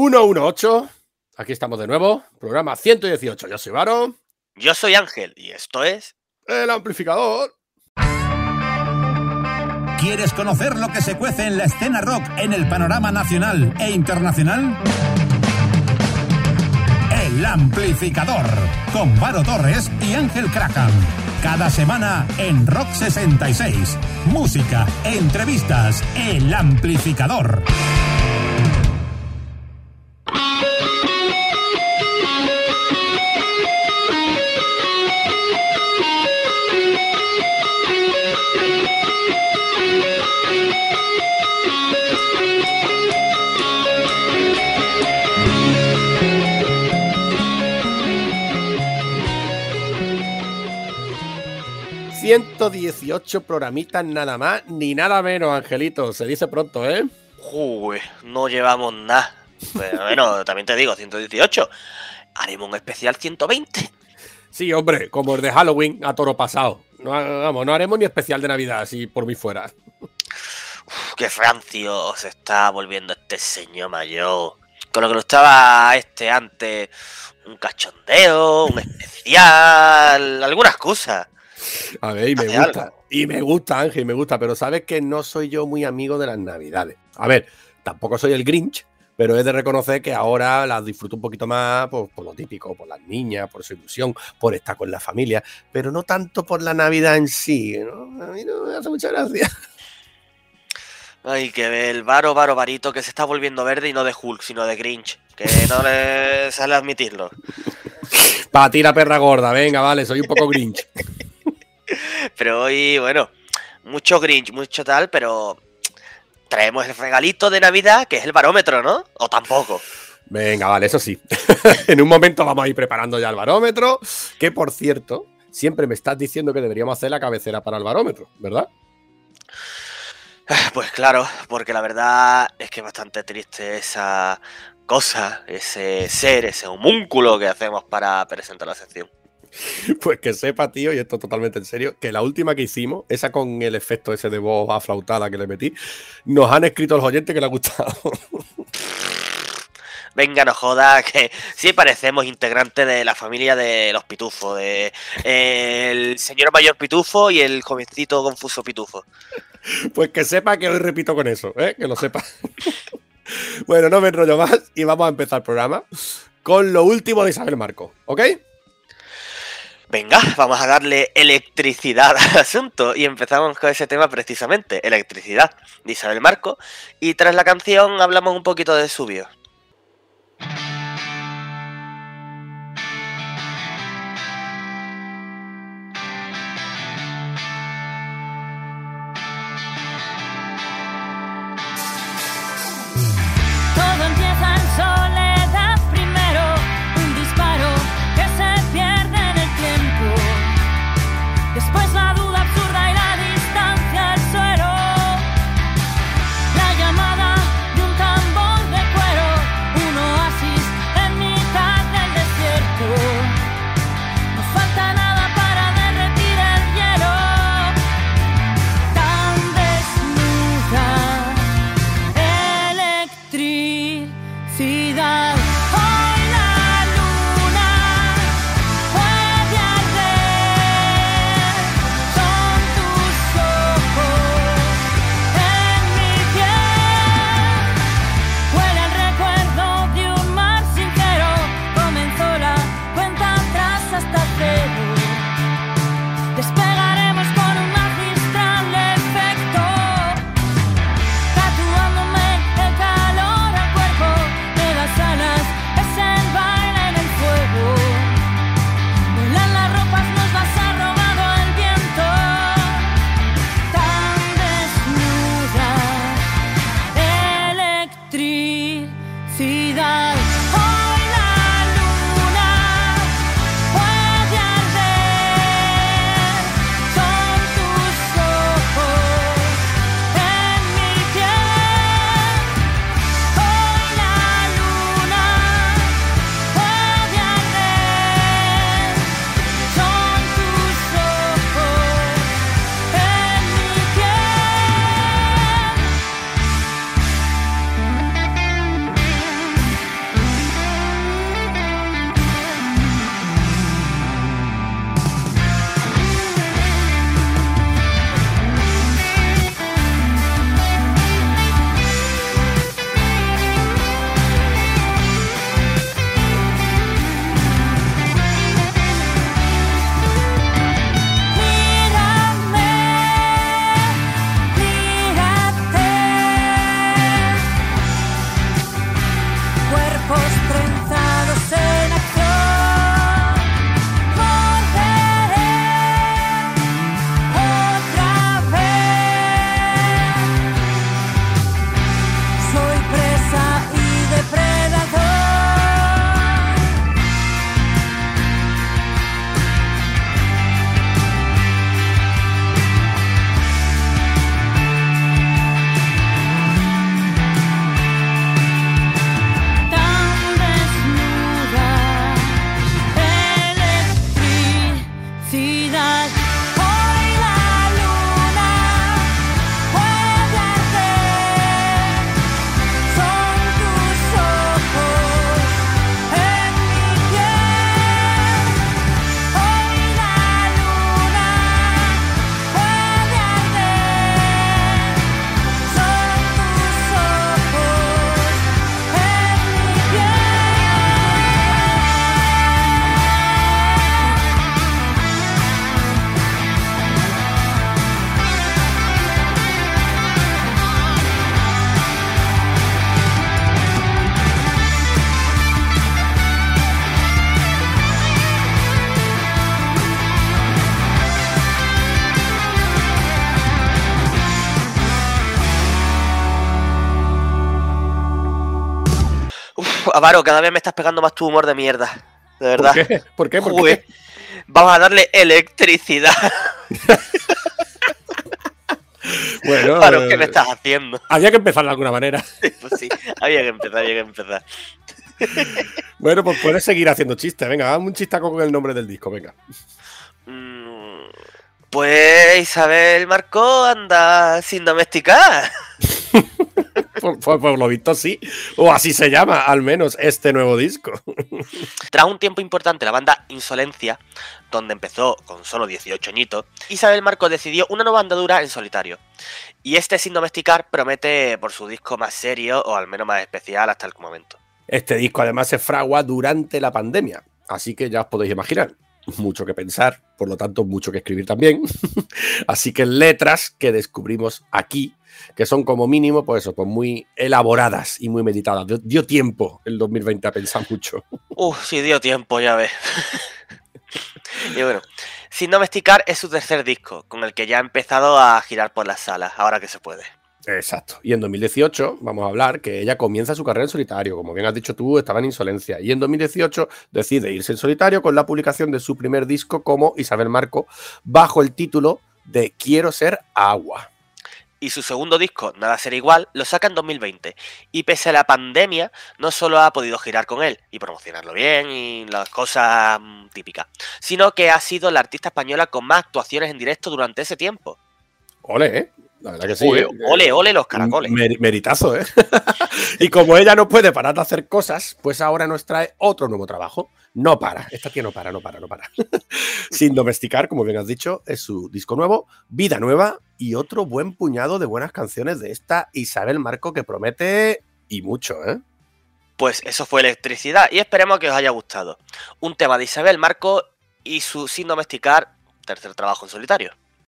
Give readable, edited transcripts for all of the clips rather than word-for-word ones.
118, aquí estamos de nuevo, programa 118, yo soy Varo. Yo soy Ángel y esto es... El Amplificador. ¿Quieres conocer lo que se cuece en la escena rock en el panorama nacional e internacional? El Amplificador, con Varo Torres y Ángel Crackham. Cada semana en Rock 66. Música, entrevistas, El Amplificador. ...118 programitas nada más, ni nada menos, Angelito. Se dice pronto, ¿eh? Uy, no llevamos nada. Pero bueno, también te digo, 118. Haremos un especial 120. Sí, hombre, como el de Halloween a toro pasado. No haremos ni especial de Navidad, así por mí fuera. Qué rancio se está volviendo este señor mayor. Con lo que lo estaba antes, un cachondeo, un especial, algunas cosas. A ver, y me gusta, Ángel, me gusta, pero sabes que no soy yo muy amigo de las Navidades. A ver, tampoco soy el Grinch, pero he de reconocer que ahora las disfruto un poquito más por lo típico, por las niñas, por su ilusión, por estar con la familia, pero no tanto por la Navidad en sí, ¿no? A mí no me hace mucha gracia. Ay, que ve el varito que se está volviendo verde y no de Hulk, sino de Grinch. Que no le sale admitirlo. Pa' ti la perra gorda, venga, vale, soy un poco Grinch. Pero hoy, bueno, mucho Grinch, mucho tal, pero traemos el regalito de Navidad, que es el barómetro, ¿no? ¿O tampoco? Venga, vale, eso sí. En un momento vamos a ir preparando ya el barómetro, que por cierto, siempre me estás diciendo que deberíamos hacer la cabecera para el barómetro, ¿verdad? Pues claro, porque la verdad es que es bastante triste esa cosa, ese ser, ese homúnculo que hacemos para presentar la sección. Pues que sepa, tío, y esto totalmente en serio, que la última que hicimos, esa con el efecto ese de voz aflautada que le metí, nos han escrito los oyentes que le ha gustado. Venga, no joda, que sí parecemos integrantes de la familia de los pitufos, de el señor mayor pitufo y el jovencito confuso pitufo. Pues que sepa que hoy repito con eso, ¿eh? Que lo sepa. Bueno, no me enrollo más y vamos a empezar el programa con lo último de Isabel Marcos, ¿ok? Venga, vamos a darle electricidad al asunto y empezamos con ese tema precisamente, electricidad, de Isabel Marcos, y tras la canción hablamos un poquito de su bio. Todo empieza en soledad primero, un disparo que se pierde en el tiempo. Después la duda absurda y la distancia al suelo. La llamada de un tambor de cuero, un oasis en mitad del desierto. No falta nada para derretir el hielo. Tan desnuda, electricidad. Hoy la luna puede arder. Son tus ojos en mi piel. Huele el recuerdo de un mar sincero. Comenzó la cuenta atrás hasta cero. Despegaremos con un magistral efecto, tatuándome el calor al cuerpo. Me das alas, es el baile en el fuego. Vuelan las ropas, nos las ha robado el viento. Tan desnuda, electricidad. Hoy la luna puede arder. Son tus ojos en mi piel. Hoy la luna puede arder. Son tus ojos en mi piel. Avaro, cada vez me estás pegando más tu humor de mierda. De verdad. ¿Por qué? ¿Por qué? ¿Por Joder, qué? vamos a darle electricidad. Bueno, Avaro, ¿qué me estás haciendo? había que empezar de alguna manera. Pues sí, había que empezar. Bueno, pues puedes seguir haciendo chistes. Venga, hagamos un chistaco con el nombre del disco, venga. Pues Isabel Marcó anda sin domesticar. Por lo visto sí, o así se llama, al menos, este nuevo disco. Tras un tiempo importante la banda Insolencia, donde empezó con solo 18 añitos, Isabel Marcó decidió una nueva andadura en solitario. Y este Sin Domesticar promete por su disco más serio, o al menos más especial hasta el momento. Este disco además se fragua durante la pandemia, así que ya os podéis imaginar. Mucho que pensar, por lo tanto mucho que escribir también. Así que letras que descubrimos aquí, que son como mínimo, pues eso, pues muy elaboradas y muy meditadas. Dio tiempo el 2020 a pensar mucho. Sí dio tiempo, ya ves. Y bueno, Sin Domesticar es su tercer disco, con el que ya ha empezado a girar por las salas, ahora que se puede. Exacto. Y en 2018 vamos a hablar que ella comienza su carrera en solitario. Como bien has dicho tú, estaba en Insolencia. Y en 2018 decide irse en solitario con la publicación de su primer disco como Isabel Marcó, bajo el título de Quiero ser agua. Y su segundo disco, Nada será igual, lo saca en 2020. Y pese a la pandemia, no solo ha podido girar con él y promocionarlo bien y las cosas típicas, sino que ha sido la artista española con más actuaciones en directo durante ese tiempo. Ole, ¿eh? La verdad que sí. Ole los caracoles. Meritazo, ¿eh? Y como ella no puede parar de hacer cosas, pues ahora nos trae otro nuevo trabajo. No para. Esta tía no para. Sin Domesticar, como bien has dicho, es su disco nuevo, Vida Nueva, y otro buen puñado de buenas canciones de esta Isabel Marcó que promete y mucho, ¿eh? Pues eso fue Electricidad y esperemos que os haya gustado. Un tema de Isabel Marcó y su Sin Domesticar, tercer trabajo en solitario.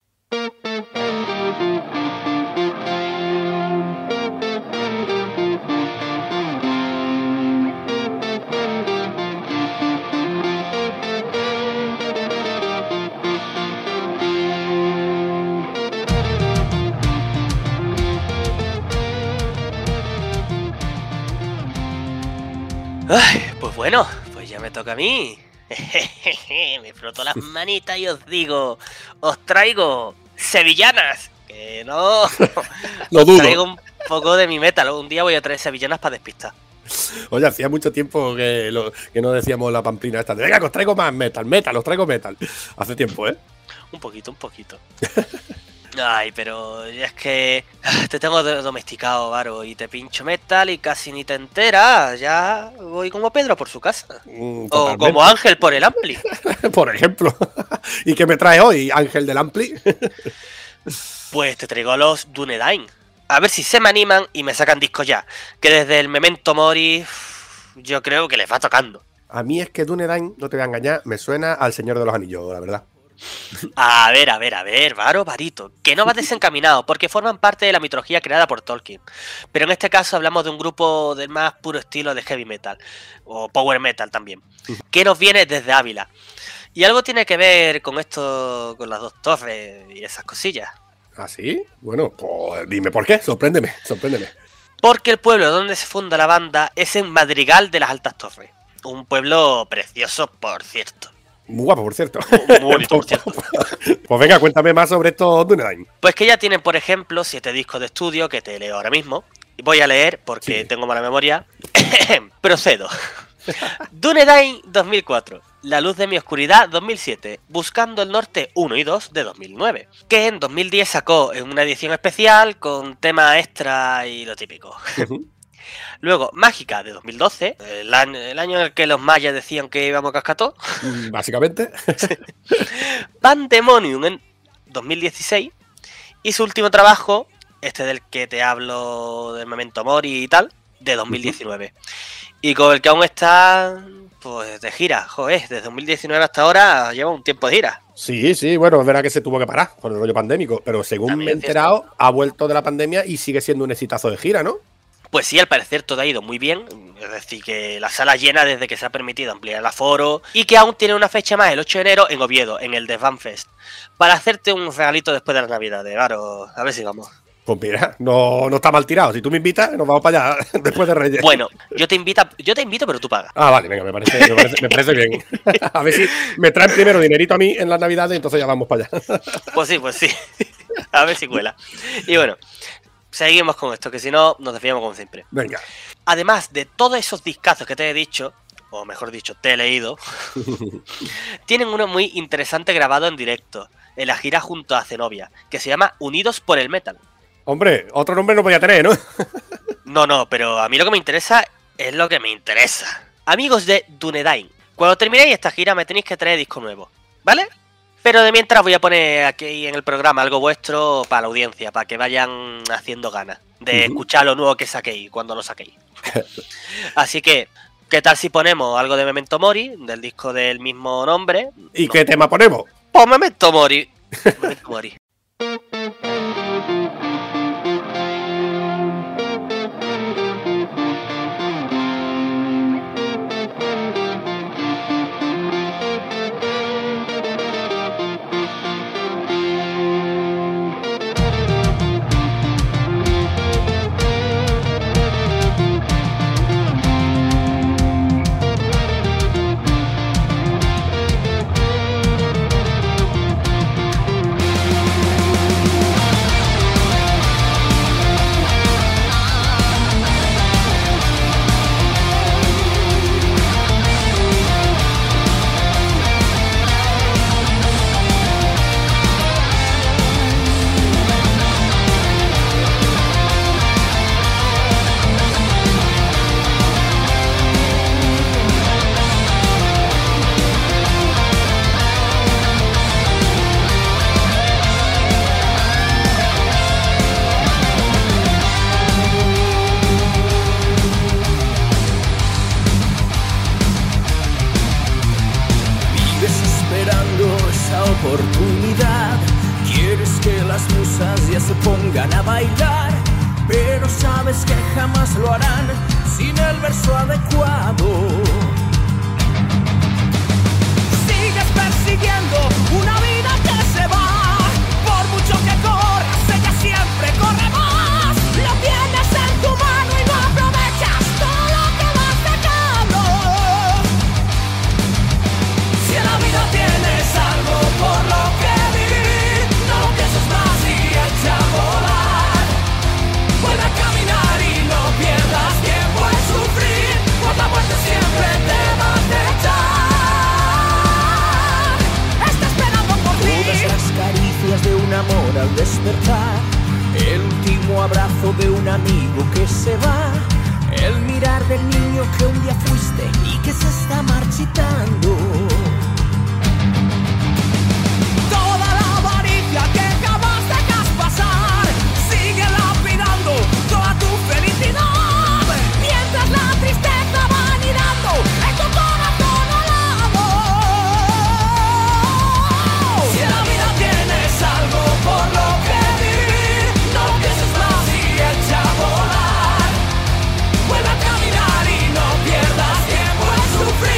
Ay, pues bueno, pues ya me toca a mí. Me froto las manitas y os digo, os traigo sevillanas. Que no, Lo os dudo. traigo un poco de mi metal. Un día voy a traer sevillanas para despistar. Oye, hacía mucho tiempo que no decíamos la pamplina esta de venga, que os traigo más metal, os traigo metal. Hace tiempo, ¿eh? Un poquito. Ay, pero es que te tengo domesticado, Varo, y te pincho metal y casi ni te enteras. Ya voy como Pedro por su casa. O Totalmente. como Ángel por el Ampli. Por ejemplo. ¿Y qué me trae hoy, Ángel del Ampli? Pues te traigo a los Dunedain. A ver si se me animan y me sacan discos ya. Que desde el Memento Mori yo creo que les va tocando. A mí es que Dunedain, no te voy a engañar, me suena al Señor de los Anillos, la verdad. A ver, Varito, que no vas desencaminado, porque forman parte de la mitología creada por Tolkien. Pero en este caso hablamos de un grupo del más puro estilo de heavy metal, o power metal también, que nos viene desde Ávila. Y algo tiene que ver con esto, con las dos torres y esas cosillas. ¿Ah, sí? Bueno, pues dime por qué, sorpréndeme. Porque el pueblo donde se funda la banda es en Madrigal de las Altas Torres. Un pueblo precioso, por cierto. Muy guapo, por cierto. Muy bonito, por cierto. Pues venga, cuéntame más sobre estos Dunedain. Pues que ya tienen, por ejemplo, 7 discos de estudio que te leo ahora mismo. Y voy a leer porque Sí. tengo mala memoria. Procedo. Dunedain 2004. La luz de mi oscuridad 2007. Buscando el norte 1 y 2 de 2009. Que en 2010 sacó en una edición especial con tema extra y lo típico. Luego, Mágica de 2012, el año en el que los mayas decían que íbamos a cascató. Básicamente. Pandemonium en 2016. Y su último trabajo, este del que te hablo del Memento Mori y tal, de 2019. Y con el que aún está, pues, de gira. Joder, desde 2019 hasta ahora lleva un tiempo de gira. Sí, bueno, es verdad que se tuvo que parar por el rollo pandémico, pero según También me he es cierto. enterado, ha vuelto de la pandemia y sigue siendo un exitazo de gira, ¿no? Pues sí, al parecer todo ha ido muy bien, es decir, que la sala llena desde que se ha permitido ampliar el aforo y que aún tiene una fecha más el 8 de enero en Oviedo, en el The Van Fest, para hacerte un regalito después de las navidades, claro, a ver si vamos. Pues mira, no está mal tirado. Si tú me invitas, nos vamos para allá después de Reyes. Bueno, yo te invito, pero tú pagas. Ah, vale, venga, me parece bien. A ver si me traen primero dinerito a mí en las Navidades y entonces ya vamos para allá. Pues sí. A ver si cuela. Y bueno, seguimos con esto, que si no, nos desviamos como siempre. Venga. Además de todos esos discazos que te he dicho, o mejor dicho, te he leído, tienen uno muy interesante grabado en directo, en la gira junto a Zenobia, que se llama Unidos por el Metal. Hombre, otro nombre no voy a tener, ¿no? No, pero a mí lo que me interesa es lo que me interesa. Amigos de Dunedain, cuando terminéis esta gira me tenéis que traer disco nuevo, ¿vale? Pero de mientras voy a poner aquí en el programa algo vuestro para la audiencia, para que vayan haciendo ganas de escuchar lo nuevo que saquéis cuando lo saquéis. Así que, ¿qué tal si ponemos algo de Memento Mori, del disco del mismo nombre? ¿Y qué tema ponemos? Pues Memento Mori. Memento Mori. oportunidad. Quieres que las musas ya se pongan a bailar, pero sabes que jamás lo harán sin el verso adecuado. Sigues persiguiendo una vida que se va, por mucho que corras, ella siempre corre más. Lo tienes en tu mano y no aprovechas todo lo que vas dejando. Si en la vida tienes algo por lo que vivir, no lo pienses más y echa a volar. Vuelve a caminar y no pierdas tiempo en sufrir, pues la muerte siempre te va a echar. Está esperando por ti. Todas las caricias de un amor al despertar, el último abrazo de un amigo que se va, el mirar del niño que un día fuiste y que se está marchitando. Toda la avaricia que jamás dejas pasar, sigue lapidando toda tu felicidad, mientras la tristeza va anidando en tu corazón alado. Si en la vida tienes algo por lo que vivir, no lo pienses más y echa a volar. Vuelve a caminar y no pierdas tiempo en sufrir.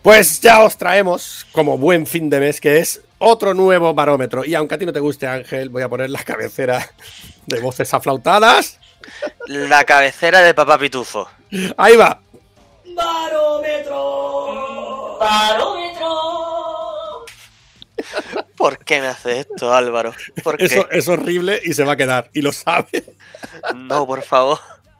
Pues ya os traemos, como buen fin de mes que es, otro nuevo barómetro. Y aunque a ti no te guste, Ángel, voy a poner la cabecera de voces aflautadas. La cabecera de Papá Pitufo. Ahí va. Barómetro. Barómetro. ¿Por qué me hace esto, Álvaro? ¿Por qué? Eso es horrible y se va a quedar. Y lo sabe. No, por favor.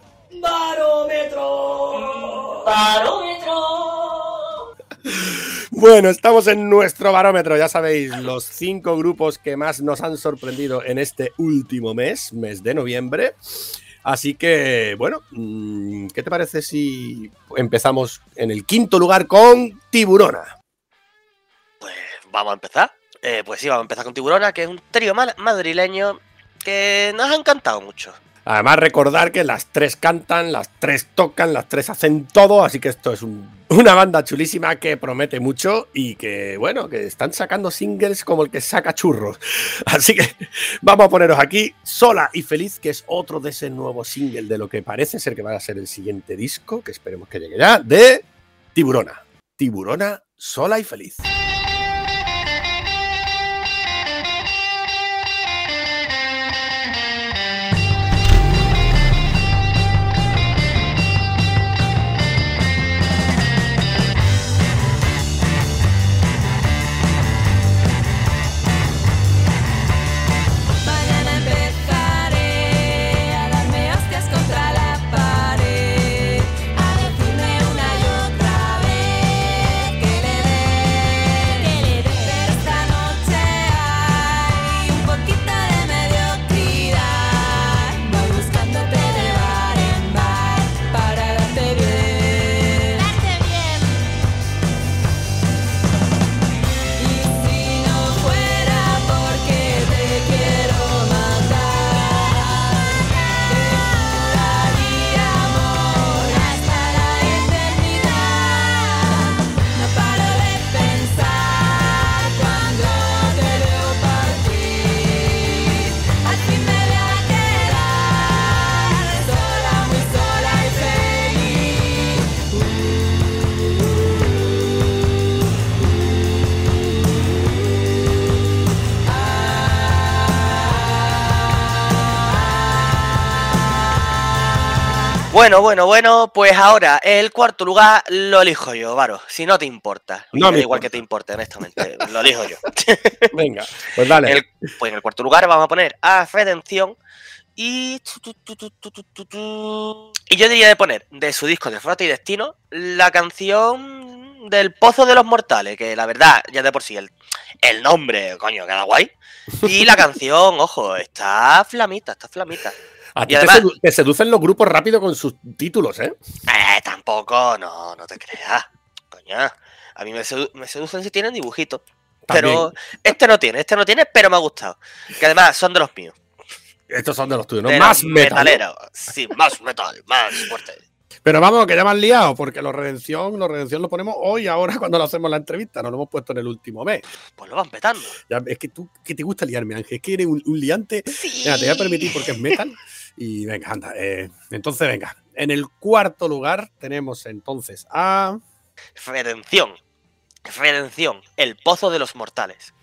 Barómetro. Barómetro. Bueno, estamos en nuestro barómetro. Ya sabéis, los 5 grupos que más nos han sorprendido en este último mes de noviembre. Así que, bueno, ¿qué te parece si empezamos en el 5º lugar con Tiburona? Pues vamos a empezar. Pues sí, vamos a empezar con Tiburona, que es un trío madrileño que nos ha encantado mucho. Además, recordar que las 3 cantan, las 3 tocan, las 3 hacen todo, así que esto es una banda chulísima que promete mucho y que, bueno, que están sacando singles como el que saca churros. Así que vamos a poneros aquí Sola y Feliz, que es otro de ese nuevo single de lo que parece ser que va a ser el siguiente disco, que esperemos que llegue ya, de Tiburona. Tiburona, Sola y Feliz. Bueno, pues ahora el 4º lugar lo elijo yo, Varo, si no te importa. No me me da igual importa. que te importe, honestamente, lo elijo yo. Venga, pues dale. Pues en el 4º lugar vamos a poner a Redención y yo diría de poner de su disco de Frota y Destino la canción del Pozo de los Mortales, que la verdad, ya de por sí el nombre, coño, queda guay. Y la canción, ojo, está flamita. A ti Y además, te seducen los grupos rápido con sus títulos, ¿eh? tampoco, no te creas. Coño, a mí me seducen si tienen dibujitos. También. Pero este no tiene, pero me ha gustado. Que además son de los míos. Estos son de los tuyos, ¿no? De Más los metal, ¿no? metaleros. Sí, más metal, más fuerte. Pero vamos, que ya me han liado, porque los Redención lo ponemos hoy, ahora, cuando lo hacemos la entrevista. No lo hemos puesto en el último mes. Pues lo van petando. Ya, es que tú, que te gusta liarme, Ángel. Es que eres un liante. Sí. Venga, te voy a permitir porque es metal. Y venga, anda. Entonces, venga. En el 4º lugar tenemos entonces a... Redención, el Pozo de los Mortales.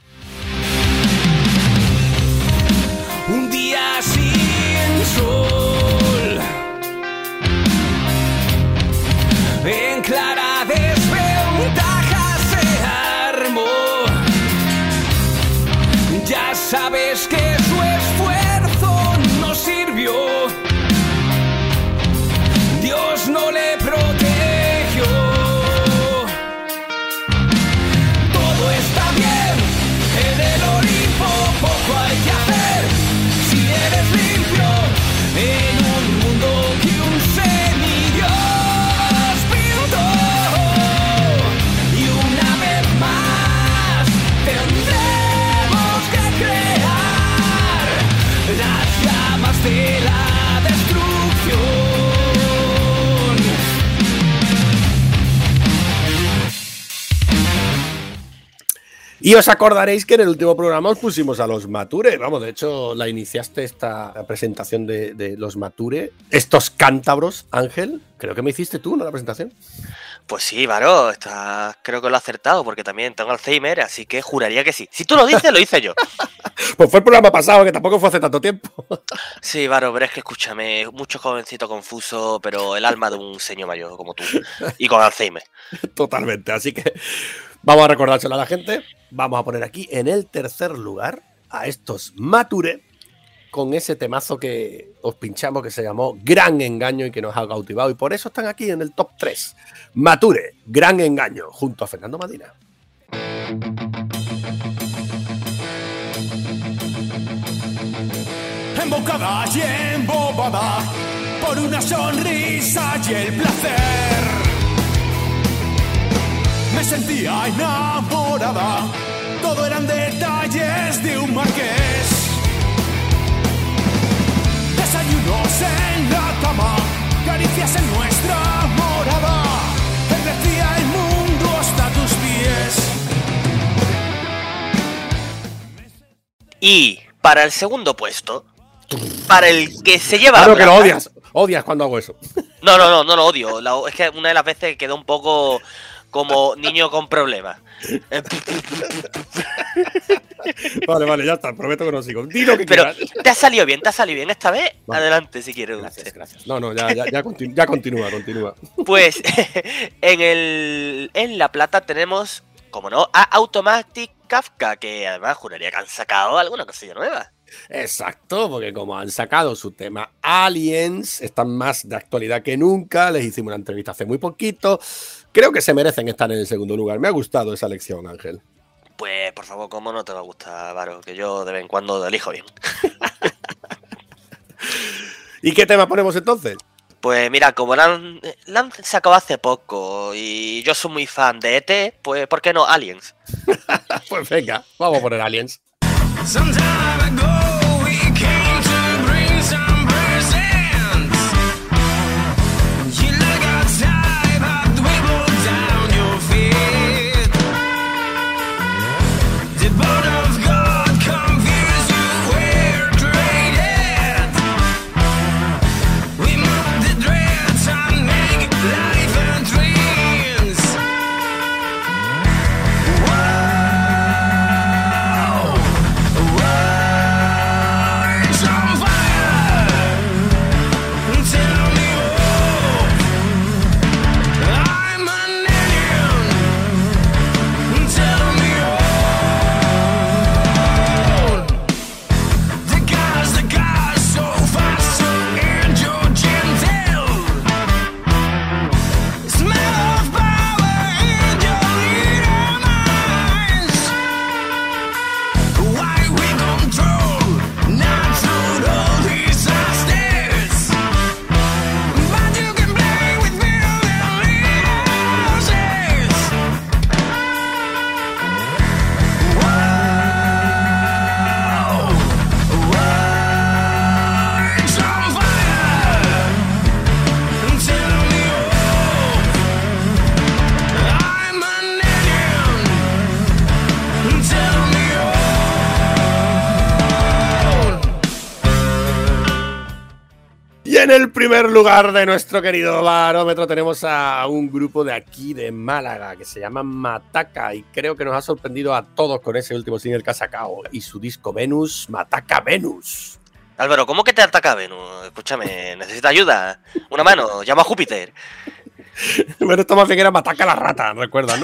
Un día sin sol, en clara desventaja se armó. Ya sabes que su esfuerzo no sirvió. Dios no le protegió. Todo está bien en el Olimpo, poco hay que hacer si eres limpio en un mundo que un semidios pintó. Y una vez más tendremos que crear las llamas de la destrucción. Y os acordaréis que en el último programa os pusimos a los Mature. Vamos, de hecho, la iniciaste esta presentación de los Mature. Estos cántabros, Ángel, creo que me hiciste tú, ¿no? La presentación. Pues sí, Varo, creo que lo he acertado porque también tengo Alzheimer, así que juraría que sí. Si tú lo dices, lo hice yo. Pues fue el programa pasado, que tampoco fue hace tanto tiempo. Sí, Varo, pero es que escúchame, mucho jovencito confuso, pero el alma de un señor mayor como tú y con Alzheimer. Totalmente. Así que vamos a recordárselo a la gente. Vamos a poner aquí en el tercer lugar a estos Mature con ese temazo que os pinchamos que se llamó Gran Engaño y que nos ha cautivado. Y por eso están aquí en el top 3. Mature, Gran Engaño, junto a Fernando Madina. Embocada y embobada por una sonrisa y el placer. Me sentía enamorada, todo eran detalles de un marqués. Desayunos en la cama, caricias en nuestra morada. Él decía el mundo hasta tus pies. Y para el segundo puesto, para el que se lleva Claro la que lo placa- odias. Odias cuando hago eso. No lo odio. Es que una de las veces quedó un poco como niño con problemas. Vale, ya está. Prometo que no sigo. Di lo que Pero quieras. te ha salido bien esta vez. Vale. Adelante si quieres. Gracias. No, ya continúa. Pues en La Plata tenemos, como no, a Automatic Kafka, que además juraría que han sacado alguna cosilla nueva. Exacto, porque como han sacado su tema Aliens, están más de actualidad que nunca. Les hicimos una entrevista hace muy poquito. Creo que se merecen estar en el segundo lugar. Me ha gustado esa elección, Ángel. Pues por favor, ¿cómo no te va a gustar, Varo? Que yo de vez en cuando elijo bien. ¿Y qué tema ponemos entonces? Pues mira, como la han sacado hace poco y yo soy muy fan de ET, pues ¿por qué no Aliens? Pues venga, vamos a poner Aliens. Some time ago we came to bring some presents. You look outside, but dribble down your feet. The boat of God confused you, we're traded. We move the dreads and make life and dreams. Words on fire. Tell me more. I'm an alien. Tell me more. The cars so fast, so gentle. Smell of power in your little minds. Why we control natural disasters? But you can play with million houses. Words on fire. Tell me more. I'm an alien. Tell me Y en el primer lugar de nuestro querido barómetro tenemos a un grupo de aquí de Málaga que se llama Mataca y creo que nos ha sorprendido a todos con ese último single que ha sacado y su disco Venus, Mataca Venus. Álvaro, ¿cómo que te ataca Venus? Escúchame, ¿necesita ayuda? Una mano, llama a Júpiter. Bueno, esto más bien era Mataca la rata, ¿recuerdas, no?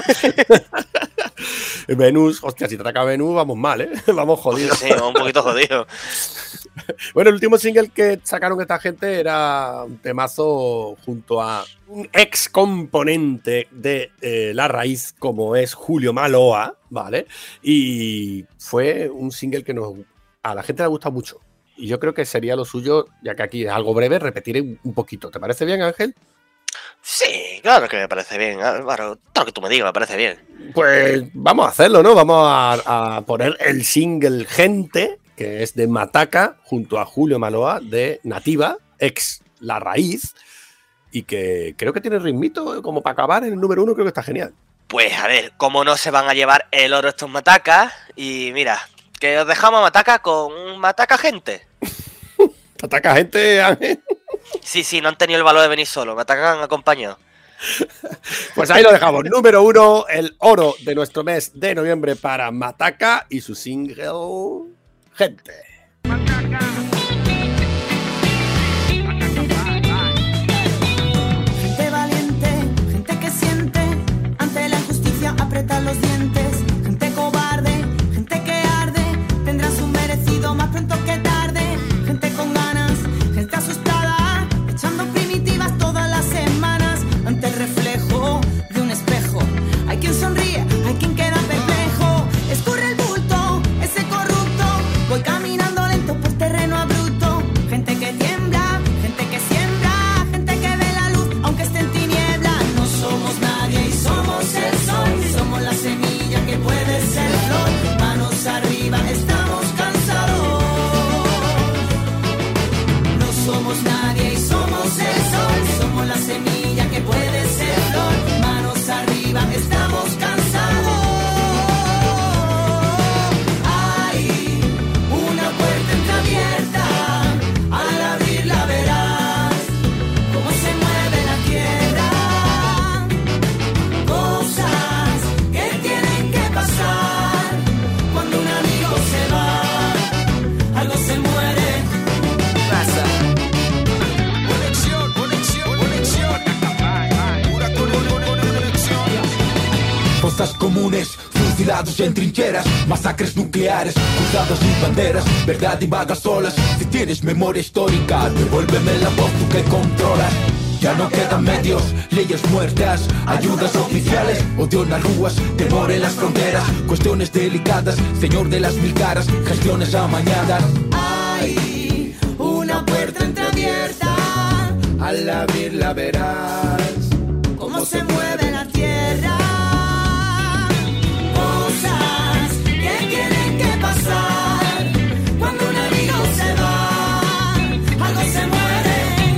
Venus, hostia, si te ataca Venus vamos mal, ¿eh? Vamos jodidos. Sí, un poquito jodido. Bueno, el último single que sacaron esta gente era un temazo junto a un ex componente de La Raíz, como es Julio Maloa, ¿vale? Y fue un single que a la gente le gusta mucho. Y yo creo que sería lo suyo, ya que aquí es algo breve, repetir un poquito. ¿Te parece bien, Ángel? Sí, claro que me parece bien, Álvaro. Todo lo que tú me digas me parece bien. Pues vamos a hacerlo, ¿no? Vamos a poner el single Gente, que es de Mataca, junto a Julio Maloa, de Nativa, ex La Raíz, y que creo que tiene ritmito como para acabar en el número 1, creo que está genial. Pues a ver, cómo no se van a llevar el oro estos matacas. Y mira, que os dejamos a Mataca con un Mataca Gente. Mataca Gente, Ángel. Sí, no han tenido el valor de venir solo, me atacan acompañados. Pues ahí lo dejamos. Número 1, el oro de nuestro mes de noviembre para Mataka y su single Gente. Gente valiente, gente que siente ante la injusticia aprieta los dientes. Gente cobarde, gente que arde, tendrá su merecido más pronto que tarde. Gente con ganas, gente asustada, echando primitivas todas las semanas ante el reflejo de un espejo. Hay quien sonríe, hay quien queda perplejo. Escurre el bulto, ese corrupto. Voy caminando lento por terreno abrupto. Gente que tiembla, gente que siembra, gente que ve la luz aunque esté en tiniebla. No somos nadie y somos el sol. Somos la semilla que puede ser flor. Manos arriba, estamos cansados. No somos nadie y somos el sol. Somos la semilla que puede ser flor. Manos arriba, estamos cansados. Hay una puerta entreabierta. Al abrirla verás cómo se mueve la tierra. Cosas que tienen que pasar. Cuando un amigo se va, algo se muere. Pasa. Fosas comunes, fusilados en trincheras, masacres nucleares, cruzados sin banderas, verdad y vagas olas. Si tienes memoria histórica, devuélveme la voz, tú que controlas. Ya no quedan medios, leyes muertas, ayudas oficiales, odio en las ruas, temor en las fronteras, cuestiones delicadas, señor de las mil caras, gestiones amañadas. Hay una puerta entreabierta. Al abrirla verás Cómo se mueve la tierra. Cosas que tienen que pasar. Cuando un amigo se va, algo se muere.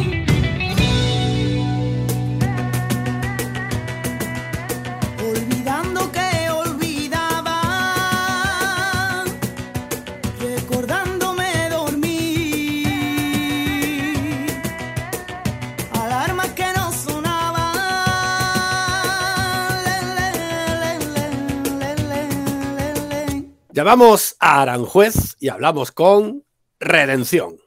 Olvidando que olvidaba, recordándome dormir. Alarmas que no sonaban. Llamamos a Aranjuez y hablamos con Redención.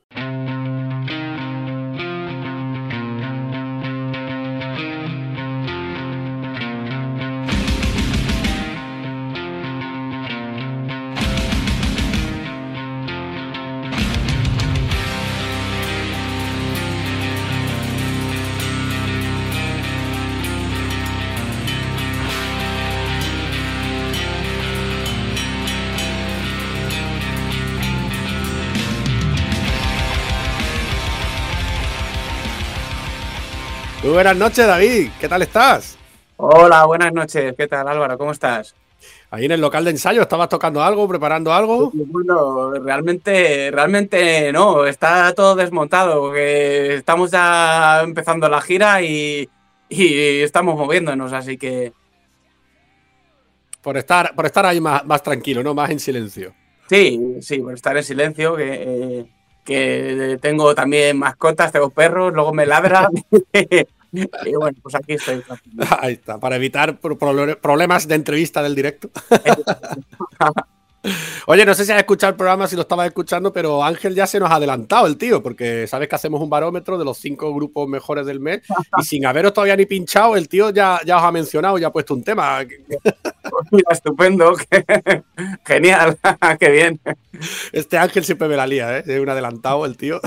Muy buenas noches, David. ¿Qué tal estás? Hola, buenas noches. ¿Qué tal, Álvaro? ¿Cómo estás? Ahí en el local de ensayo, ¿estabas tocando algo, preparando algo? Bueno, realmente no. Está todo desmontado, porque estamos ya empezando la gira y estamos moviéndonos, así que... Por estar ahí más tranquilo, ¿no? Más en silencio. Sí, por estar en silencio, que tengo también mascotas, tengo perros, luego me ladran. Y bueno, pues aquí estoy. Ahí está, para evitar problemas de entrevista del directo. Oye, no sé si has escuchado el programa, si lo estabas escuchando, pero Ángel ya se nos ha adelantado el tío, porque sabes que hacemos un barómetro de los 5 grupos mejores del mes y sin haberos todavía ni pinchado, el tío ya os ha mencionado, ya ha puesto un tema. Mira, estupendo, genial, qué bien. Este Ángel siempre me la lía, ¿eh? Es un adelantado el tío.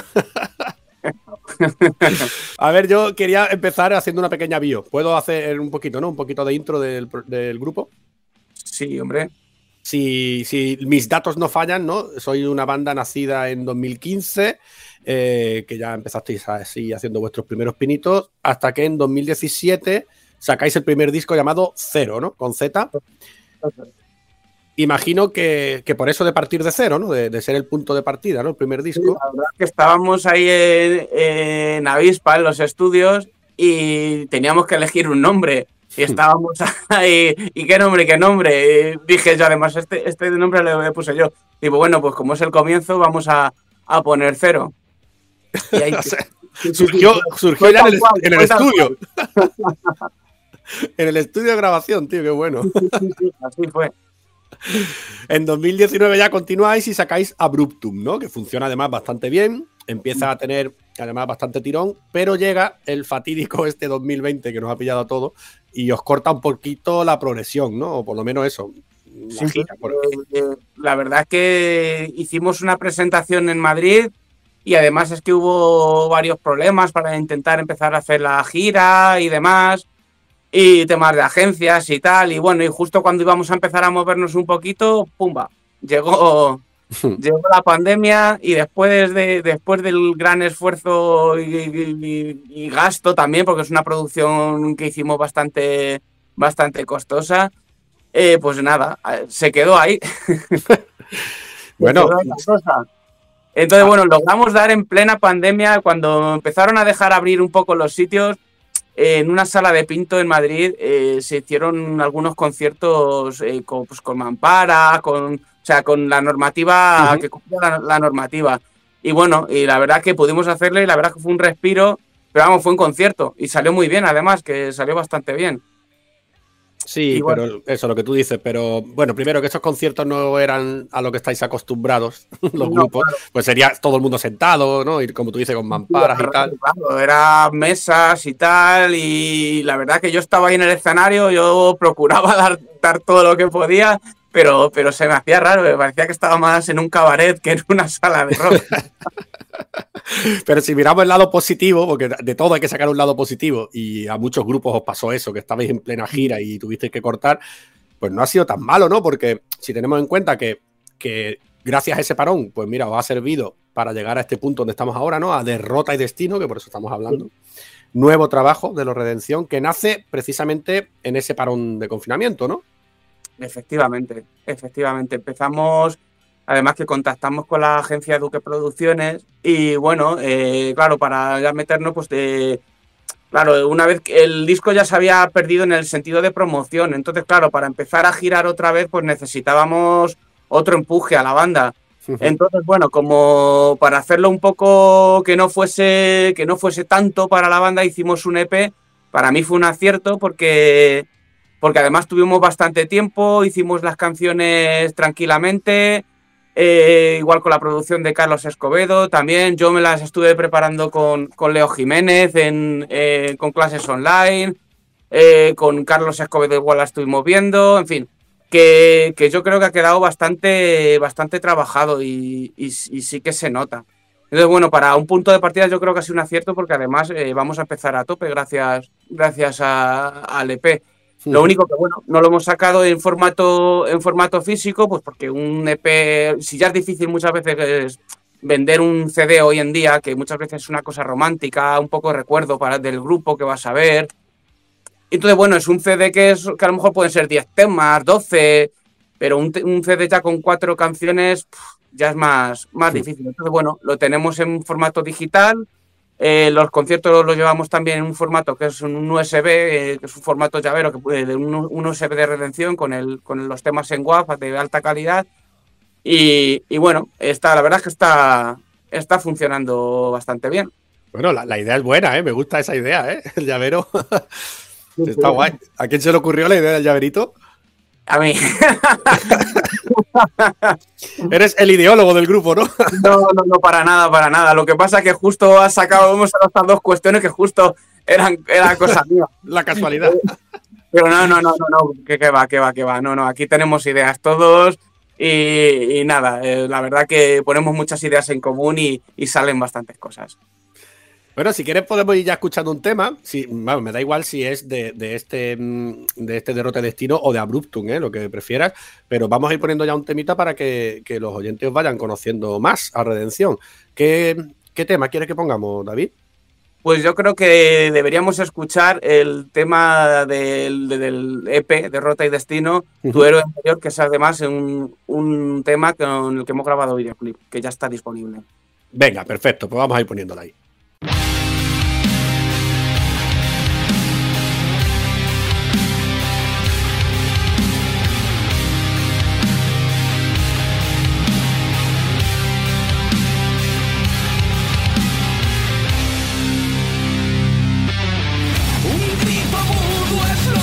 A ver, yo quería empezar haciendo una pequeña bio. ¿Puedo hacer un poquito, ¿no? Un poquito de intro del grupo. Sí, hombre. Si mis datos no fallan, ¿no? Soy una banda nacida en 2015, que ya empezasteis así haciendo vuestros primeros pinitos, hasta que en 2017 sacáis el primer disco llamado Cero, ¿no? Con Z. Imagino que por eso de partir de cero, ¿no? De ser el punto de partida, ¿no? El primer disco. Sí, la verdad es que estábamos ahí en Avispa, en los estudios, y teníamos que elegir un nombre. Y estábamos ahí, ¿y qué nombre? Y dije yo, además, este nombre le puse yo. Digo, bueno, pues como es el comienzo, vamos a poner Cero. Y ahí, surgió ya en el estudio. En el estudio de grabación, tío, qué bueno. Sí, así fue. En 2019 ya continuáis y sacáis Abruptum, ¿no? Que funciona además bastante bien, empieza a tener además bastante tirón, pero llega el fatídico 2020 que nos ha pillado a todos y os corta un poquito la progresión, ¿no? O por lo menos eso. Sí, la verdad es que hicimos una presentación en Madrid y además es que hubo varios problemas para intentar empezar a hacer la gira y demás, y temas de agencias y tal, y bueno, y justo cuando íbamos a empezar a movernos un poquito, ¡pumba! Llegó la pandemia y después del gran esfuerzo y gasto también, porque es una producción que hicimos bastante costosa, pues nada, se quedó ahí. Bueno, entonces, bueno, logramos dar en plena pandemia, cuando empezaron a dejar abrir un poco los sitios. En una sala de Pinto en Madrid se hicieron algunos conciertos con mampara, con la normativa, que cumplía la normativa. Y bueno, y la verdad que pudimos hacerle, y la verdad que fue un respiro, pero vamos, fue un concierto y salió muy bien, además, que salió bastante bien. sí, bueno, pero eso, lo que tú dices, pero bueno, primero que estos conciertos no eran a lo que estáis acostumbrados los grupos, claro. pues sería todo el mundo sentado, ¿no? Y como tú dices, con mamparas y tal. Claro, era mesas y tal, y la verdad que yo estaba ahí en el escenario, yo procuraba dar todo lo que podía, pero se me hacía raro, me parecía que estaba más en un cabaret que en una sala de rock. Pero si miramos el lado positivo, porque de todo hay que sacar un lado positivo, y a muchos grupos os pasó eso, que estabais en plena gira y tuvisteis que cortar, pues no ha sido tan malo, ¿no? Porque si tenemos en cuenta que gracias a ese parón, pues mira, os ha servido para llegar a este punto donde estamos ahora, ¿no? A Derrota y Destino, que por eso estamos hablando. Nuevo trabajo de Los Redención, que nace precisamente en ese parón de confinamiento, ¿no? Efectivamente. Empezamos, además que contactamos con la agencia Duque Producciones y bueno, claro, para ya meternos, pues claro, una vez que el disco ya se había perdido en el sentido de promoción, entonces claro, para empezar a girar otra vez, pues necesitábamos otro empuje a la banda. Entonces, bueno, como para hacerlo un poco que no fuese tanto para la banda, hicimos un EP. Para mí fue un acierto porque además tuvimos bastante tiempo, hicimos las canciones tranquilamente, igual con la producción de Carlos Escobedo también. Yo me las estuve preparando con Leo Jiménez con clases online, con Carlos Escobedo igual la estuvimos viendo, en fin, que yo creo que ha quedado bastante trabajado y sí que se nota. Entonces, bueno, para un punto de partida yo creo que ha sido un acierto porque además vamos a empezar a tope gracias al EP. Lo único que, bueno, no lo hemos sacado en formato físico, pues porque un EP, si ya es difícil muchas veces vender un CD hoy en día, que muchas veces es una cosa romántica, un poco de recuerdo del grupo que vas a ver. Entonces, bueno, es un CD que a lo mejor pueden ser 10 temas, 12, pero un CD ya con 4 canciones ya es más difícil. Entonces, bueno, lo tenemos en formato digital. Los conciertos los llevamos también en un formato que es un USB, que es un formato llavero, de un USB de redención con los temas en WAV de alta calidad. Y bueno, la verdad es que está funcionando bastante bien. Bueno, la idea es buena, ¿eh? Me gusta esa idea, ¿eh? El llavero. Está guay. ¿A quién se le ocurrió la idea del llaverito? A mí. Eres el ideólogo del grupo, ¿no? No, para nada. Lo que pasa es que justo hemos sacado estas 2 cuestiones que justo eran cosas mías. La casualidad. Pero no, que va. No, aquí tenemos ideas todos y nada, la verdad que ponemos muchas ideas en común y salen bastantes cosas. Bueno, si quieres podemos ir ya escuchando un tema. Sí, me da igual si es de este Derrota y Destino o de Abruptum, lo que prefieras, pero vamos a ir poniendo ya un temita para que los oyentes os vayan conociendo más a Redención. ¿Qué tema quieres que pongamos, David? Pues yo creo que deberíamos escuchar el tema del EP, Derrota y Destino, Tu héroe interior, que es además un tema con el que hemos grabado videoclip, que ya está disponible. Venga, perfecto, pues vamos a ir poniéndola ahí. Un grito mudo es lo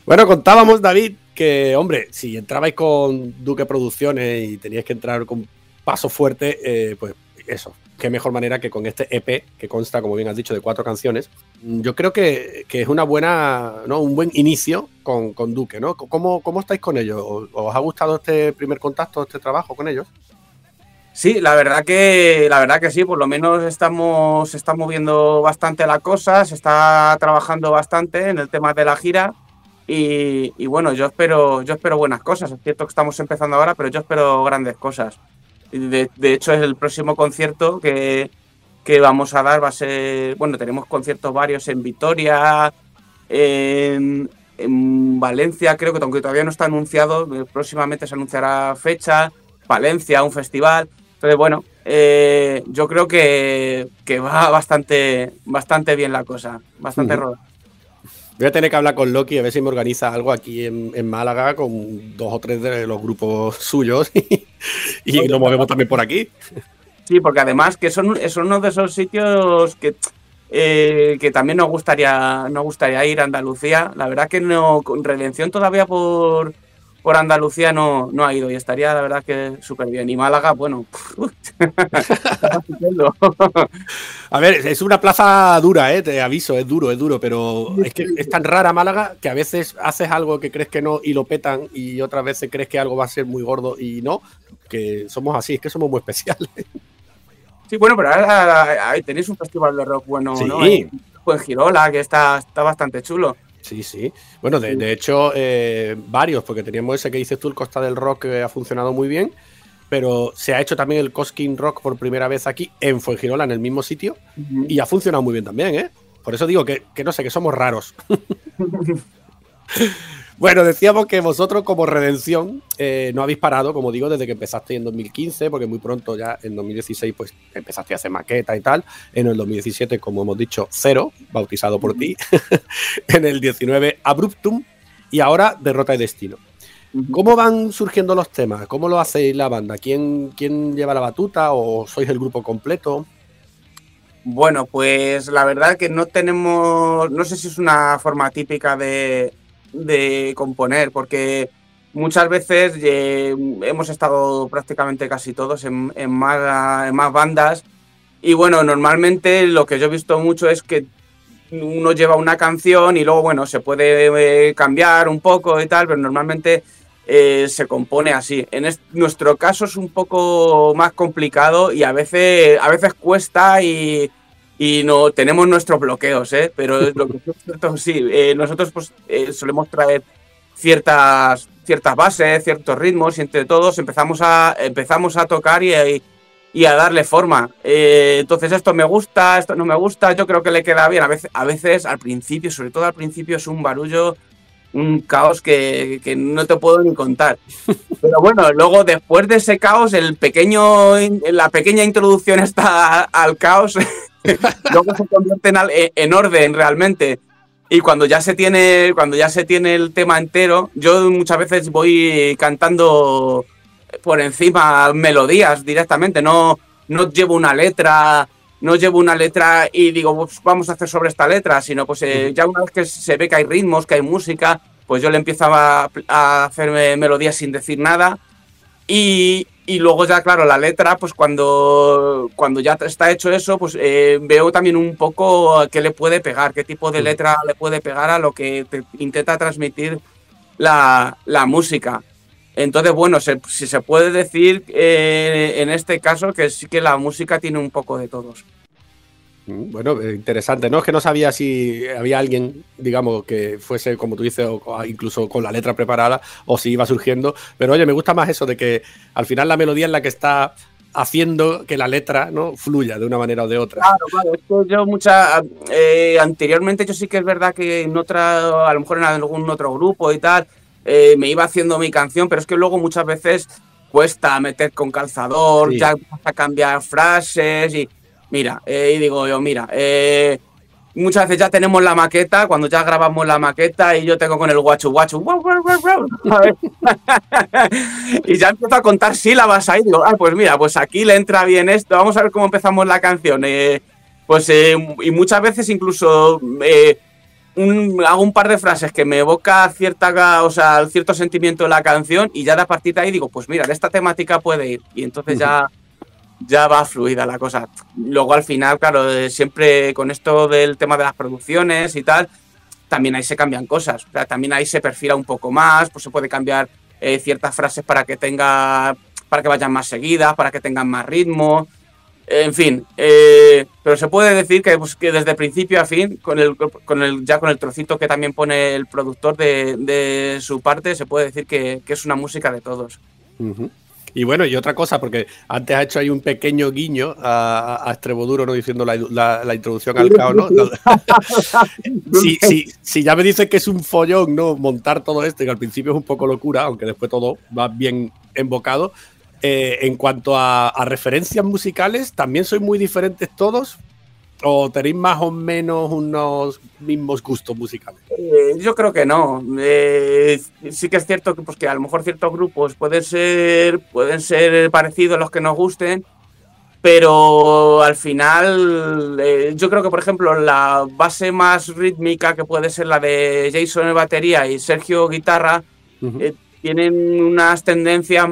Bueno, contábamos, David, que, hombre, si entrabais con Duque Producciones y teníais que entrar con paso fuerte, pues eso, qué mejor manera que con este EP, que consta, como bien has dicho, de 4 canciones. Yo creo que es una buena, ¿no? Un buen inicio con Duque, ¿no? ¿Cómo estáis con ellos? ¿Os ha gustado este primer contacto, este trabajo con ellos? Sí, la verdad que sí, por lo menos se está moviendo bastante la cosa, se está trabajando bastante en el tema de la gira y bueno, yo espero buenas cosas. Es cierto que estamos empezando ahora, pero yo espero grandes cosas. De hecho, es el próximo concierto que vamos a dar va a ser, bueno, tenemos conciertos varios en Vitoria, en Valencia, creo que aunque todavía no está anunciado, próximamente se anunciará fecha, Valencia, un festival. Entonces, bueno, yo creo que va bastante bien la cosa, bastante rodada. Voy a tener que hablar con Loki a ver si me organiza algo aquí en Málaga con 2 o 3 de los grupos suyos y lo movemos también por aquí. Sí, porque además que son uno de esos sitios que también nos gustaría ir a Andalucía. La verdad que no, con Redención todavía por Andalucía no ha ido y estaría la verdad que súper bien. Y Málaga, bueno. A ver, es una plaza dura, te aviso, es duro, pero es que es tan rara Málaga que a veces haces algo que crees que no y lo petan y otras veces crees que algo va a ser muy gordo y no, que somos así, es que somos muy especiales. Sí, bueno, pero ahora tenéis un festival de rock bueno, sí, ¿no? En Girola, que está bastante chulo. Sí. Bueno, de hecho, varios, porque teníamos ese que dices tú, el Costa del Rock, que ha funcionado muy bien, pero se ha hecho también el Cosquín Rock por primera vez aquí en Fuengirola, en el mismo sitio, y ha funcionado muy bien también, ¿eh? Por eso digo que no sé, que somos raros. Bueno, decíamos que vosotros como Redención no habéis parado, como digo, desde que empezasteis en 2015, porque muy pronto ya en 2016 pues empezasteis a hacer maqueta y tal. En el 2017, como hemos dicho, Cero, bautizado por ti. En el 19, Abruptum. Y ahora Derrota y Destino. ¿Cómo van surgiendo los temas? ¿Cómo lo hacéis la banda? ¿Quién lleva la batuta o sois el grupo completo? Bueno, pues la verdad que no sé si es una forma típica de componer, porque muchas veces hemos estado prácticamente casi todos en más bandas y bueno, normalmente lo que yo he visto mucho es que uno lleva una canción y luego bueno, se puede cambiar un poco y tal, pero normalmente se compone así. Nuestro caso es un poco más complicado y a veces cuesta y no tenemos nuestros bloqueos, pero lo que es cierto, sí, nosotros pues solemos traer ciertas bases, ciertos ritmos y entre todos empezamos a tocar y a darle forma. Entonces esto me gusta, esto no me gusta, yo creo que le queda bien. A veces al principio, sobre todo al principio, es un barullo, un caos que no te puedo ni contar. Pero bueno, luego después de ese caos, la pequeña introducción al caos, luego se convierte en orden realmente. Y cuando ya se tiene el tema entero, yo muchas veces voy cantando por encima melodías directamente, no llevo una letra y digo, pues vamos a hacer sobre esta letra, sino pues ya una vez que se ve que hay ritmos, que hay música, pues yo le empiezo a hacer melodías sin decir nada y luego ya, claro, la letra, pues cuando ya está hecho eso, pues veo también un poco qué le puede pegar, qué tipo de letra le puede pegar a lo que intenta transmitir la música. Entonces, bueno, si se puede decir en este caso que sí que la música tiene un poco de todos. Bueno, interesante, ¿no? Es que no sabía si había alguien, digamos, que fuese, como tú dices, o incluso con la letra preparada, o si iba surgiendo. Pero oye, me gusta más eso de que al final la melodía es la que está haciendo que la letra, ¿no?, fluya de una manera o de otra. Claro, es que yo anteriormente yo sí que es verdad que a lo mejor en algún otro grupo y tal, me iba haciendo mi canción, pero es que luego muchas veces cuesta meter con calzador, sí. Ya a cambiar frases y mira, y digo yo, muchas veces ya tenemos la maqueta, cuando ya grabamos la maqueta y yo tengo con el guachu, y ya empiezo a contar sílabas ahí, digo, pues mira, pues aquí le entra bien esto, vamos a ver cómo empezamos la canción, y muchas veces incluso hago un par de frases que me evoca cierto sentimiento de la canción y ya de a partir de ahí digo, pues mira, de esta temática puede ir. Y entonces ya va fluida la cosa. Luego al final, claro, siempre con esto del tema de las producciones y tal, también ahí se cambian cosas. O sea, también ahí se perfila un poco más, pues se puede cambiar ciertas frases para que vayan más seguidas, para que tengan más ritmo. En fin, pero se puede decir que desde principio a fin, con el trocito que también pone el productor de su parte, se puede decir que es una música de todos. Uh-huh. Y bueno, y otra cosa, porque antes ha hecho ahí un pequeño guiño a Extremoduro, ¿no? Diciendo la introducción al caos, ¿no? Si ya me dices que es un follón, ¿no? Montar todo esto, y que al principio es un poco locura, aunque después todo va bien embocado. En cuanto a referencias musicales, ¿también sois muy diferentes todos? ¿O tenéis más o menos unos mismos gustos musicales? Yo creo que no. Sí que es cierto que a lo mejor ciertos grupos pueden ser parecidos a los que nos gusten, pero al final yo creo que, por ejemplo, la base más rítmica, que puede ser la de Jason en batería y Sergio guitarra, tienen unas tendencias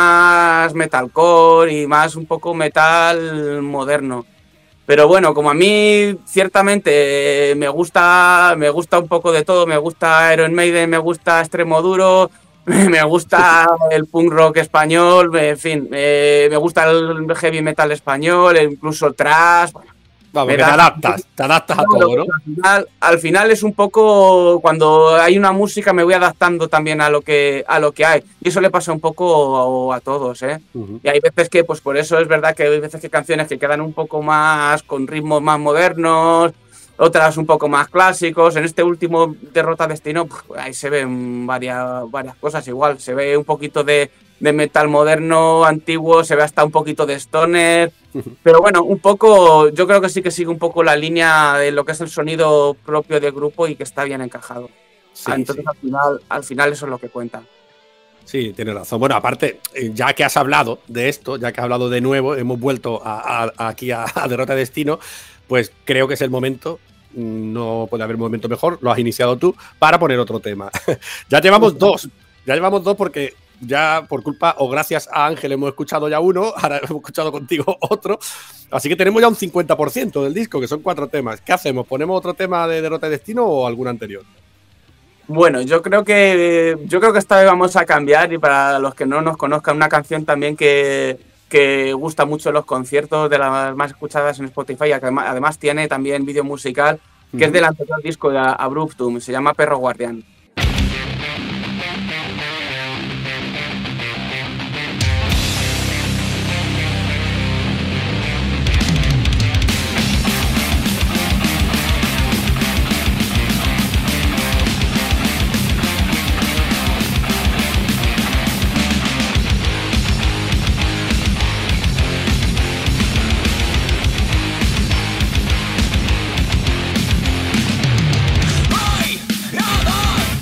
más metalcore y más un poco metal moderno. Pero bueno, como a mí ciertamente me gusta un poco de todo, me gusta Iron Maiden, me gusta Extremoduro, me gusta el punk rock español, en fin, me gusta el heavy metal español, incluso el thrash. Vamos, que te adaptas a todo, ¿no? Al final es un poco, cuando hay una música me voy adaptando también a lo que hay. Y eso le pasa un poco a todos, ¿eh? Uh-huh. Y hay veces que, pues por eso es verdad que hay veces que canciones que quedan un poco más con ritmos más modernos, otras un poco más clásicos. En este último Derrota Destino, pues, ahí se ven varias cosas igual. Se ve un poquito de metal moderno, antiguo, se ve hasta un poquito de stoner, pero bueno, un poco, yo creo que sí que sigue un poco la línea de lo que es el sonido propio del grupo y que está bien encajado. Sí, entonces sí. Al final eso es lo que cuenta. Sí, tienes razón. Bueno, aparte, ya que has hablado de esto, ya que has hablado de nuevo, hemos vuelto aquí a Derrota de Destino, pues creo que es el momento, no puede haber un momento mejor, lo has iniciado tú, para poner otro tema. Ya llevamos dos porque ya por culpa o gracias a Ángel hemos escuchado ya uno, ahora hemos escuchado contigo otro, así que tenemos ya un 50% del disco, que son 4 temas. ¿Qué hacemos? ¿Ponemos otro tema de Derrota de Destino o algún anterior? Bueno, yo creo que esta vez vamos a cambiar, y para los que no nos conozcan, una canción también que gusta mucho en los conciertos, de las más escuchadas en Spotify, que además tiene también vídeo musical, que es del anterior disco de Abruptum, se llama Perro Guardián. Hoy nada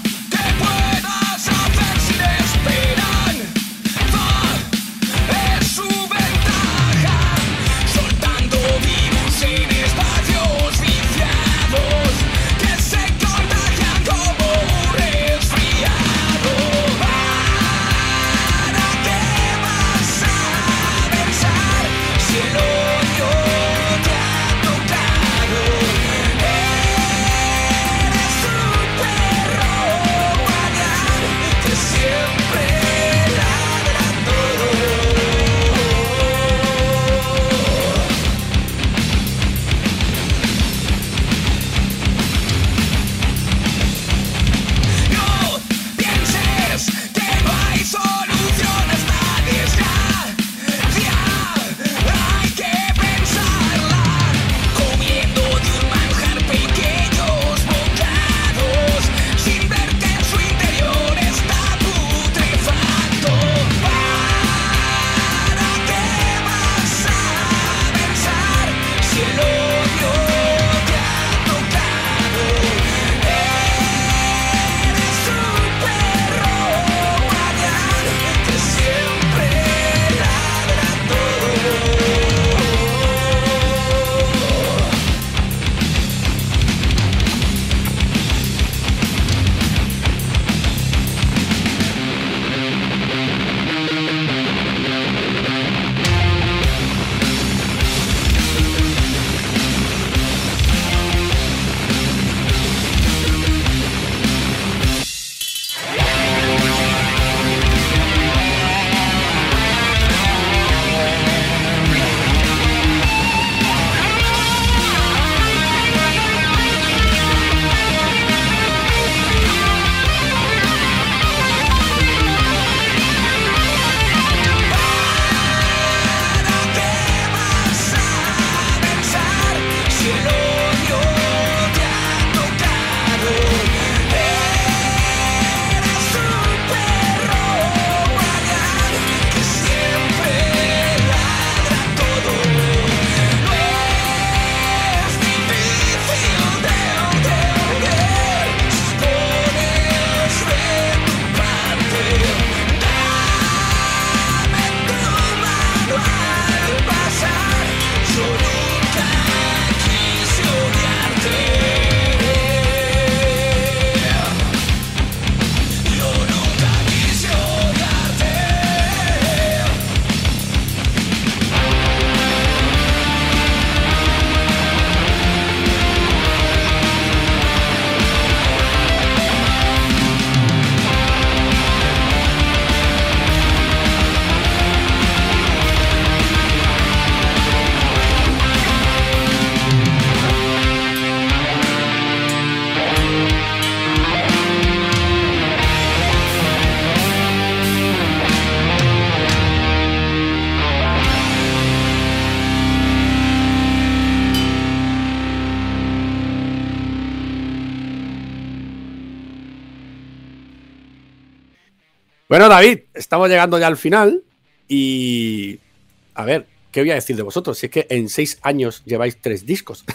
Bueno, David, estamos llegando ya al final y... A ver, ¿qué voy a decir de vosotros? Si es que en 6 años lleváis 3 discos.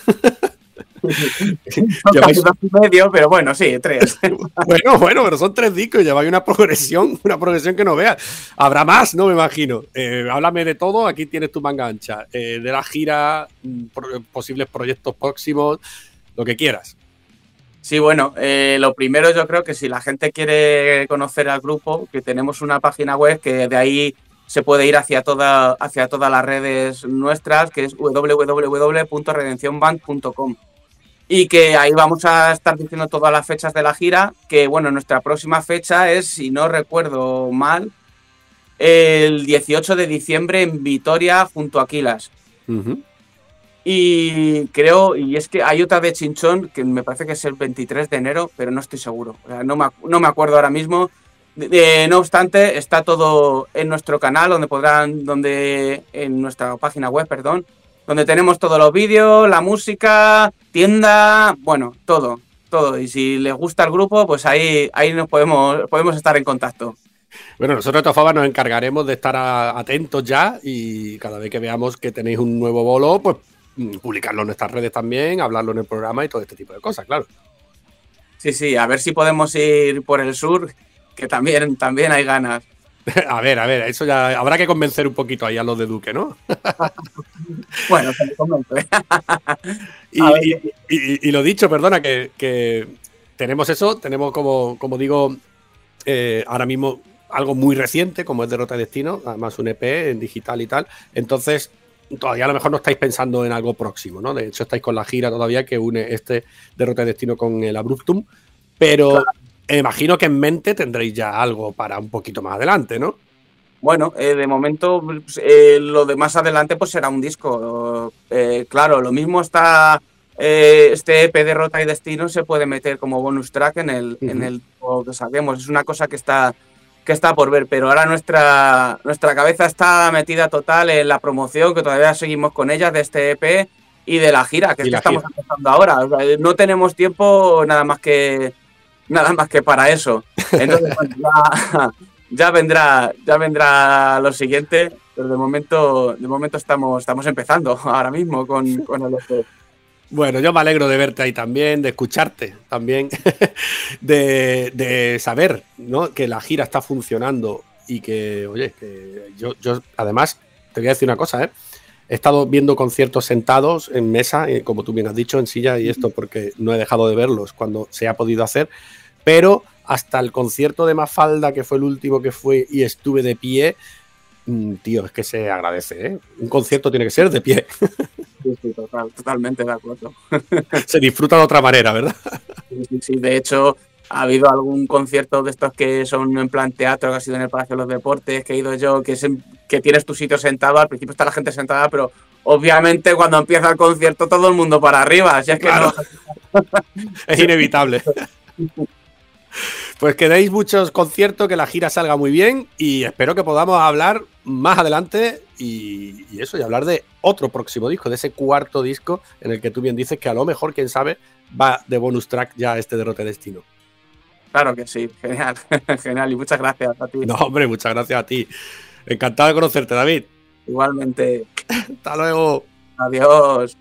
Casi 2 y medio, pero bueno, sí, 3. Bueno, pero son 3 discos, lleváis una progresión que no veas. Habrá más, ¿no? Me imagino. Háblame de todo, aquí tienes tu manga ancha. De la gira, posibles proyectos próximos, lo que quieras. Sí, bueno, lo primero yo creo que si la gente quiere conocer al grupo, que tenemos una página web que de ahí se puede ir hacia todas las redes nuestras, que es www.redencionband.com. Y que ahí vamos a estar diciendo todas las fechas de la gira, que bueno, nuestra próxima fecha es, si no recuerdo mal, el 18 de diciembre en Vitoria junto a Aquilas. Uh-huh. Y creo, y es que hay otra de Chinchón, que me parece que es el 23 de enero, pero no estoy seguro. O sea, no me acuerdo ahora mismo. No obstante, está todo en nuestro canal, en nuestra página web, perdón, donde tenemos todos los vídeos, la música, tienda, bueno, todo. Y si les gusta el grupo, pues ahí nos podemos estar en contacto. Bueno, nosotros de todas formas nos encargaremos de estar atentos ya y cada vez que veamos que tenéis un nuevo bolo, pues publicarlo en nuestras redes también, hablarlo en el programa y todo este tipo de cosas, claro. Sí, a ver si podemos ir por el sur, que también hay ganas. A ver, eso ya habrá que convencer un poquito ahí a los de Duque, ¿no? Bueno, te lo comento. Y lo dicho, perdona, que tenemos eso, tenemos como digo, ahora mismo algo muy reciente, como es Derrota de Destino, además un EP en digital y tal, entonces todavía a lo mejor no estáis pensando en algo próximo, ¿no? De hecho estáis con la gira todavía que une este Derrota de Destino con el Abruptum, pero... Claro. Imagino que en mente tendréis ya algo para un poquito más adelante, ¿no? Bueno, de momento lo de más adelante pues será un disco. Claro, lo mismo está este EP Derrota y Destino se puede meter como bonus track en el disco que saquemos. Es una cosa que está por ver, pero ahora nuestra cabeza está metida total en la promoción, que todavía seguimos con ella, de este EP y de la gira, que estamos empezando ahora. O sea, no tenemos tiempo nada más que para eso. Entonces, pues, ya vendrá lo siguiente, pero de momento estamos empezando ahora mismo con el EP. Bueno, yo me alegro de verte ahí también, de escucharte también, de saber, ¿no?, que la gira está funcionando y que, oye, que yo además te voy a decir una cosa, he estado viendo conciertos sentados en mesa, como tú bien has dicho, en silla y esto porque no he dejado de verlos cuando se ha podido hacer, pero hasta el concierto de Mafalda, que fue el último que fue y estuve de pie, tío, es que se agradece, ¿eh? Un concierto tiene que ser de pie. Sí, totalmente de acuerdo. Se disfruta de otra manera, ¿verdad? Sí, de hecho, ha habido algún concierto de estos que son en plan teatro, que ha sido en el Palacio de los Deportes, que he ido yo, que tienes tu sitio sentado, al principio está la gente sentada, pero obviamente cuando empieza el concierto todo el mundo para arriba, así es que claro. No... Es inevitable. Pues que deis muchos conciertos, que la gira salga muy bien y espero que podamos hablar más adelante y eso, y hablar de otro próximo disco, de ese cuarto disco en el que tú bien dices que a lo mejor, quién sabe, va de bonus track ya este Derrota de Destino. Claro que sí, genial, genial, y muchas gracias a ti. No, hombre, muchas gracias a ti. Encantado de conocerte, David. Igualmente. Hasta luego. Adiós.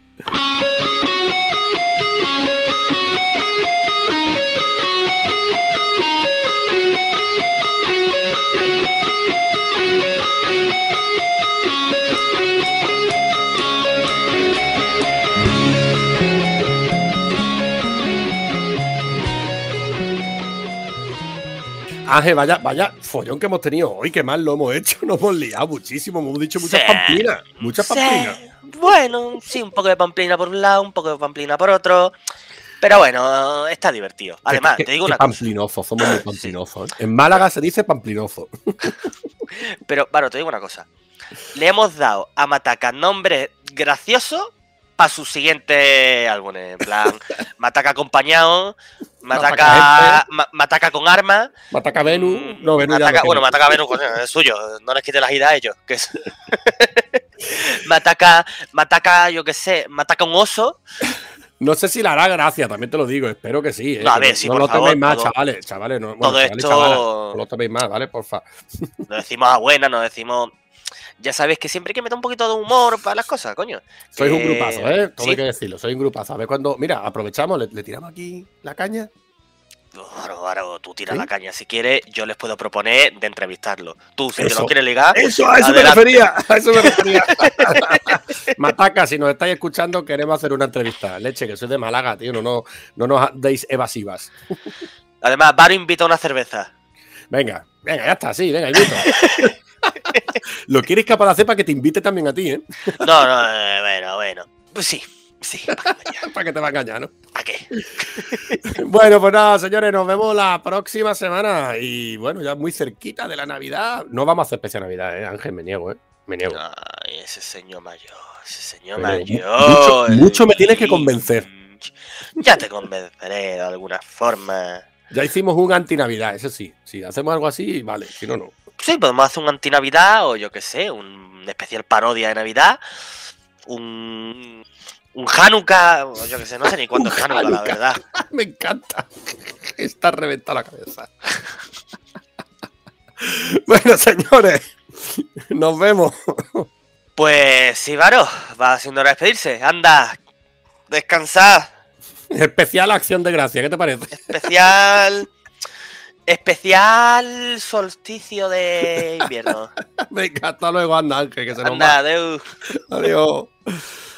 Ángel, vaya follón que hemos tenido hoy, qué mal lo hemos hecho, nos hemos liado muchísimo, hemos dicho muchas pamplinas, pamplinas. Bueno, sí, un poco de pamplina por un lado, un poco de pamplina por otro, pero bueno, está divertido. Además, te digo una cosa. Pamplinoso, somos muy pamplinosos. Sí. En Málaga se dice pamplinoso. Pero, Varo, te digo una cosa. Le hemos dado a Mataca nombre gracioso para sus siguientes álbumes. En plan, Mataca acompañado, Mataca con armas. Mataca Venus. No, Venus Mataca, bueno, Mataca Venus, coño, es suyo. No les quite las ideas a ellos. Que es... Mataca, yo qué sé, Mataca un oso. No sé si le hará gracia, también te lo digo, espero que sí. No, a ver, sí, no por lo favor, toméis más, todo- chavales, no, bueno, todo chavales, esto- chavalas, no lo toméis más, ¿vale? Porfa. Nos decimos a buena, nos decimos. Ya sabéis que siempre hay que meter un poquito de humor para las cosas, coño. Sois un Que- grupazo, ¿eh? Todo sí. hay que decirlo, sois un grupazo. A ver cuando, mira, aprovechamos, le tiramos aquí la caña. Claro, tú tiras ¿Sí? la caña si quieres, yo les puedo proponer de entrevistarlo. Tú, si te Eso. lo quieres ligar, Eso, a eso me adelante. refería, a eso me refería. Mataca, si nos estáis escuchando, queremos hacer una entrevista. Leche, que soy de Málaga, tío, no nos deis evasivas. Además, Varo invita a una cerveza. Venga, ya está, sí, venga, invita. Lo quieres capaz de hacer para que te invite también a ti, ¿eh? No, bueno. Pues sí, Para que te va a engañar, ¿no? ¿Para qué? Bueno, pues nada, señores, nos vemos la próxima semana. Y bueno, ya muy cerquita de la Navidad. No vamos a hacer especial Navidad, Ángel, me niego, Me niego. Ay, ese señor Me mayor. niego. Mucho me tienes que convencer. Ya te convenceré de alguna forma. Ya hicimos un anti-Navidad, eso sí. Si hacemos algo así, vale, si no, no. Sí, podemos hacer un anti-Navidad o yo qué sé, un especial parodia de Navidad. Un Hanukkah, o yo qué sé, no sé ni cuándo es Hanukkah, la Hanukkah. verdad. Me encanta. Está reventada la cabeza. Bueno, señores, nos vemos. Pues sí, Varo, va siendo hora de despedirse. Anda, descansad. Especial Acción de Gracia, ¿qué te parece? Especial solsticio de invierno. Venga, hasta luego, anda, Ángel, que se nos Anda, va. adeu. Adiós.